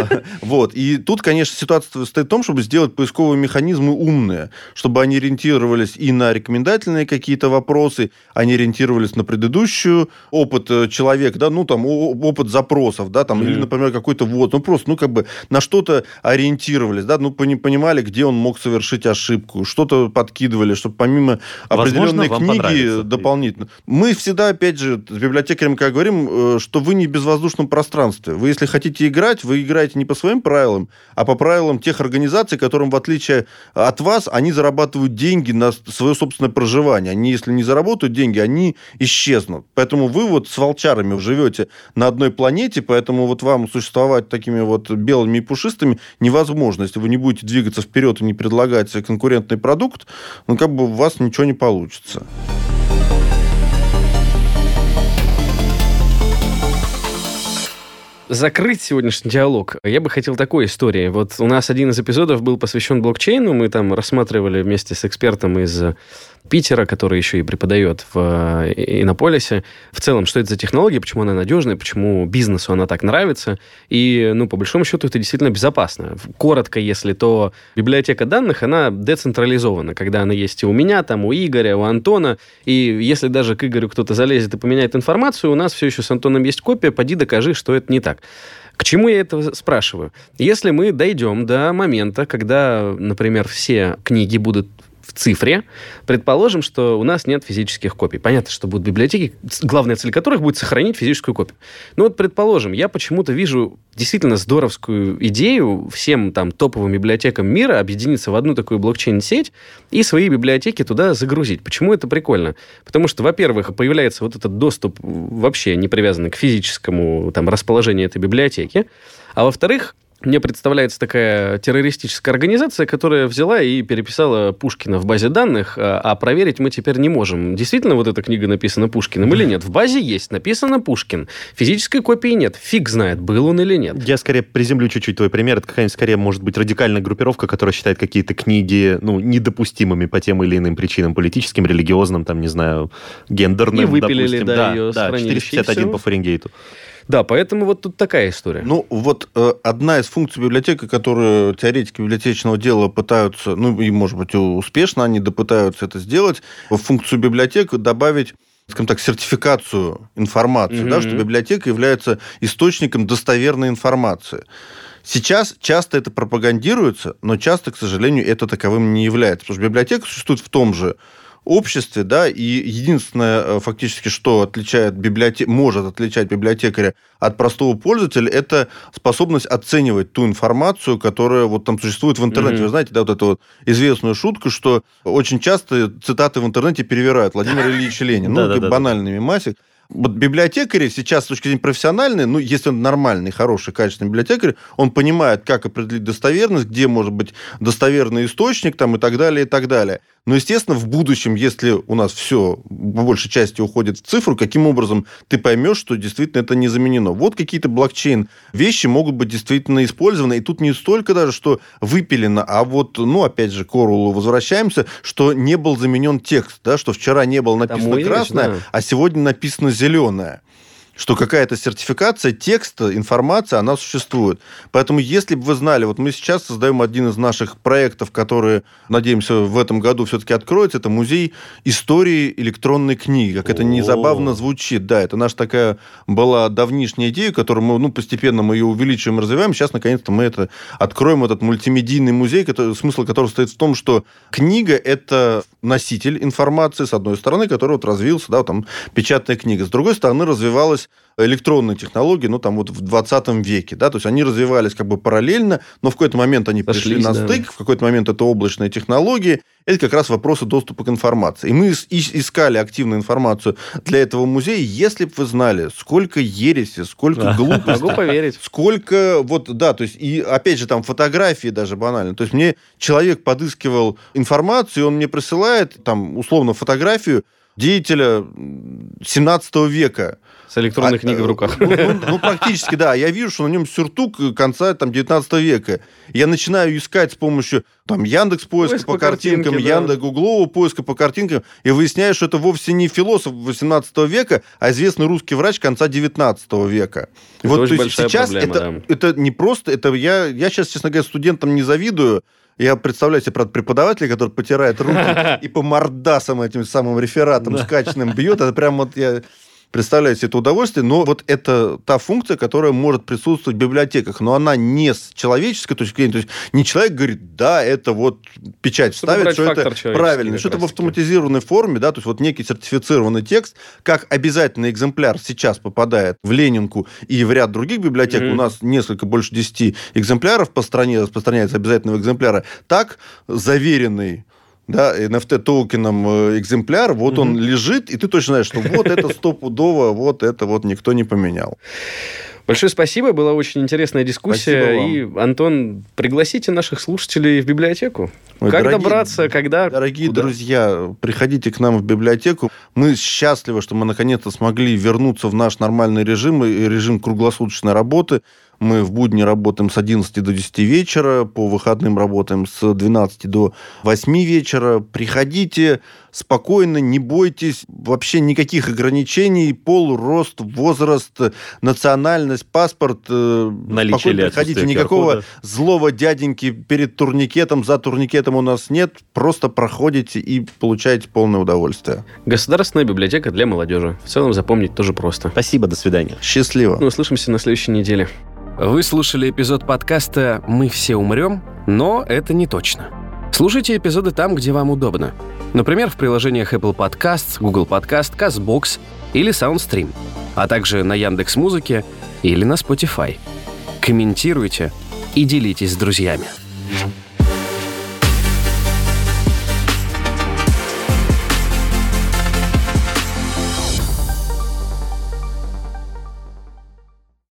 Вот. И тут, конечно, ситуация стоит в том, чтобы сделать поисковые механизмы умные, чтобы они ориентировались и на рекомендательные какие-то вопросы, они ориентировались ориентировались на предыдущую опыт человека, да, ну, там, опыт запросов, да, там, mm-hmm. или, например, какой-то вот, ну, просто, ну, как бы на что-то ориентировались, да, ну, понимали, где он мог совершить ошибку, что-то подкидывали, чтобы помимо Возможно, определенной книги дополнительно. Мы всегда, опять же, с библиотекарем, как говорим, что вы не в безвоздушном пространстве. Вы, если хотите играть, вы играете не по своим правилам, а по правилам тех организаций, которым, в отличие от вас, они зарабатывают деньги на свое собственное проживание. Они, если не заработают деньги, они исчезнут. Поэтому вы вот с волчарами живете на одной планете, поэтому вот вам существовать такими вот белыми и пушистыми невозможно. Если вы не будете двигаться вперед и не предлагать конкурентный продукт, ну, как бы у вас ничего не получится. Закрыть сегодняшний диалог я бы хотел такой истории. Вот у нас один из эпизодов был посвящен блокчейну. Мы там рассматривали вместе с экспертом из Питера, который еще и преподает в Иннополисе, в целом, что это за технология, почему она надежная, почему бизнесу она так нравится. И, ну, по большому счету, это действительно безопасно. Коротко, если, то библиотека данных, она децентрализована, когда она есть и у меня, там, у Игоря, у Антона. И если даже к Игорю кто-то залезет и поменяет информацию, у нас все еще с Антоном есть копия, поди докажи, что это не так. К чему я это спрашиваю? Если мы дойдем до момента, когда, например, все книги будут в цифре, предположим, что у нас нет физических копий. Понятно, что будут библиотеки, главная цель которых будет сохранить физическую копию. Ну вот, предположим, я почему-то вижу действительно здоровскую идею всем там топовым библиотекам мира объединиться в одну такую блокчейн-сеть и свои библиотеки туда загрузить. Почему это прикольно? Потому что, во-первых, появляется вот этот доступ вообще не привязанный к физическому там расположению этой библиотеки, а во-вторых, мне представляется такая террористическая организация, которая взяла и переписала Пушкина в базе данных, а проверить мы теперь не можем. Действительно вот эта книга написана Пушкиным или нет? В базе есть, написано Пушкин. Физической копии нет. Фиг знает, был он или нет. Я скорее приземлю чуть-чуть твой пример. Это какая-нибудь, скорее, может быть, радикальная группировка, которая считает какие-то книги, ну, недопустимыми по тем или иным причинам, политическим, религиозным, там, не знаю, гендерным, и выпилили, допустим. да, да, ее да, четыреста пятьдесят один по Фаренгейту. Да, поэтому вот тут такая история. Ну, вот э, одна из функций библиотеки, которую теоретики библиотечного дела пытаются, ну, и, может быть, успешно они допытаются это сделать, в функцию библиотек добавить, скажем так, сертификацию информации, mm-hmm. да, что библиотека является источником достоверной информации. Сейчас часто это пропагандируется, но часто, к сожалению, это таковым не является. Потому что библиотека существует в том же обществе, да, и единственное, фактически, что отличает библиотек... может отличать библиотекаря от простого пользователя, это способность оценивать ту информацию, которая вот там существует в интернете. Mm-hmm. Вы знаете, да, вот эту вот известную шутку, что очень часто цитаты в интернете перевирают Владимир Ильич Ленин. Ну, банальный мемасик. Вот библиотекари сейчас, с точки зрения профессиональной, ну, если он нормальный, хороший, качественный библиотекарь, он понимает, как определить достоверность, где может быть достоверный источник, там, и так далее, и так далее. Но, естественно, в будущем, если у нас все по большей части уходит в цифру, каким образом ты поймешь, что действительно это не заменено? Вот какие-то блокчейн-вещи могут быть действительно использованы, и тут не столько даже, что выпилено, а вот, ну, опять же, к Оруэллу возвращаемся, что не был заменен текст, да, что вчера не было написано Там красное, да. а сегодня написано зеленое. Что какая-то сертификация текста, информация, она существует. Поэтому, если бы вы знали, вот мы сейчас создаем один из наших проектов, которые, надеемся, в этом году все-таки откроется, это музей истории электронной книги. Как это не забавно звучит. Да, это наша такая была давнишняя идея, которую мы, ну, постепенно мы ее увеличиваем и развиваем. Сейчас, наконец-то, мы это откроем, этот мультимедийный музей, который, смысл которого состоит в том, что книга – это носитель информации, с одной стороны, который вот развился, да, вот там печатная книга. С другой стороны, развивалась электронные технологии, ну, там вот в двадцатом веке, да, то есть они развивались как бы параллельно, но в какой-то момент они пришли Сошлись, на да. стык, в какой-то момент это облачные технологии, это как раз вопросы доступа к информации. И мы искали активную информацию для этого музея, если бы вы знали, сколько ереси, сколько глупости. Могу поверить. Сколько, вот, да, то есть, и опять же, там фотографии даже банально. То есть мне человек подыскивал информацию, он мне присылает, там, условно, фотографию деятеля семнадцатого века. С электронной а, книгой в руках. Ну, ну, ну, практически, да. Я вижу, что на нем сюртук конца там, девятнадцатого века. Я начинаю искать с помощью там, Яндекс.Поиска Поиск по, по картинкам, да. Яндекс.Гуглового поиска по картинкам, и выясняю, что это вовсе не философ восемнадцатого века, а известный русский врач конца девятнадцатого века. Это вот, очень то есть большая сейчас проблема, это, да. это не просто... Это я, я сейчас, честно говоря, студентам не завидую. Я представляю себе, правда, преподавателя, который потирает руки и по мордасам этим самым рефератом скачанным бьет. Это прям вот я... Представляю себе это удовольствие, но вот это та функция, которая может присутствовать в библиотеках, но она не с человеческой точки зрения, то есть не человек говорит, да, это вот печать ставит, что это правильно, что это в автоматизированной форме, да, то есть вот некий сертифицированный текст, как обязательный экземпляр сейчас попадает в Ленинку и в ряд других библиотек, mm-hmm. у нас несколько, больше десяти экземпляров по стране распространяется обязательного экземпляра, так заверенный, да, эн эф ти-токеном экземпляр, вот mm-hmm. он лежит, и ты точно знаешь, что вот это стопудово, вот это вот никто не поменял. Большое спасибо, была очень интересная дискуссия. И, Антон, пригласите наших слушателей в библиотеку. Ой, как дорогие, добраться, когда... Дорогие куда? Друзья, приходите к нам в библиотеку. Мы счастливы, что мы наконец-то смогли вернуться в наш нормальный режим, и режим круглосуточной работы. Мы в будни работаем с одиннадцати до десяти вечера, по выходным работаем с двенадцати до восьми вечера. Приходите спокойно, не бойтесь, вообще никаких ограничений, пол, рост, возраст, национальность, паспорт. Наличие спокойно приходите, никакого злого дяденьки перед турникетом, за турникетом у нас нет, просто проходите и получаете полное удовольствие. Государственная библиотека для молодежи. В целом запомнить тоже просто. Спасибо, до свидания. Счастливо. Ну, услышимся на следующей неделе. Вы слушали эпизод подкаста «Мы все умрем», но это не точно. Слушайте эпизоды там, где вам удобно. Например, в приложениях Apple Podcasts, Google Podcast, CastBox или SoundStream, а также на Яндекс.Музыке или на Spotify. Комментируйте и делитесь с друзьями.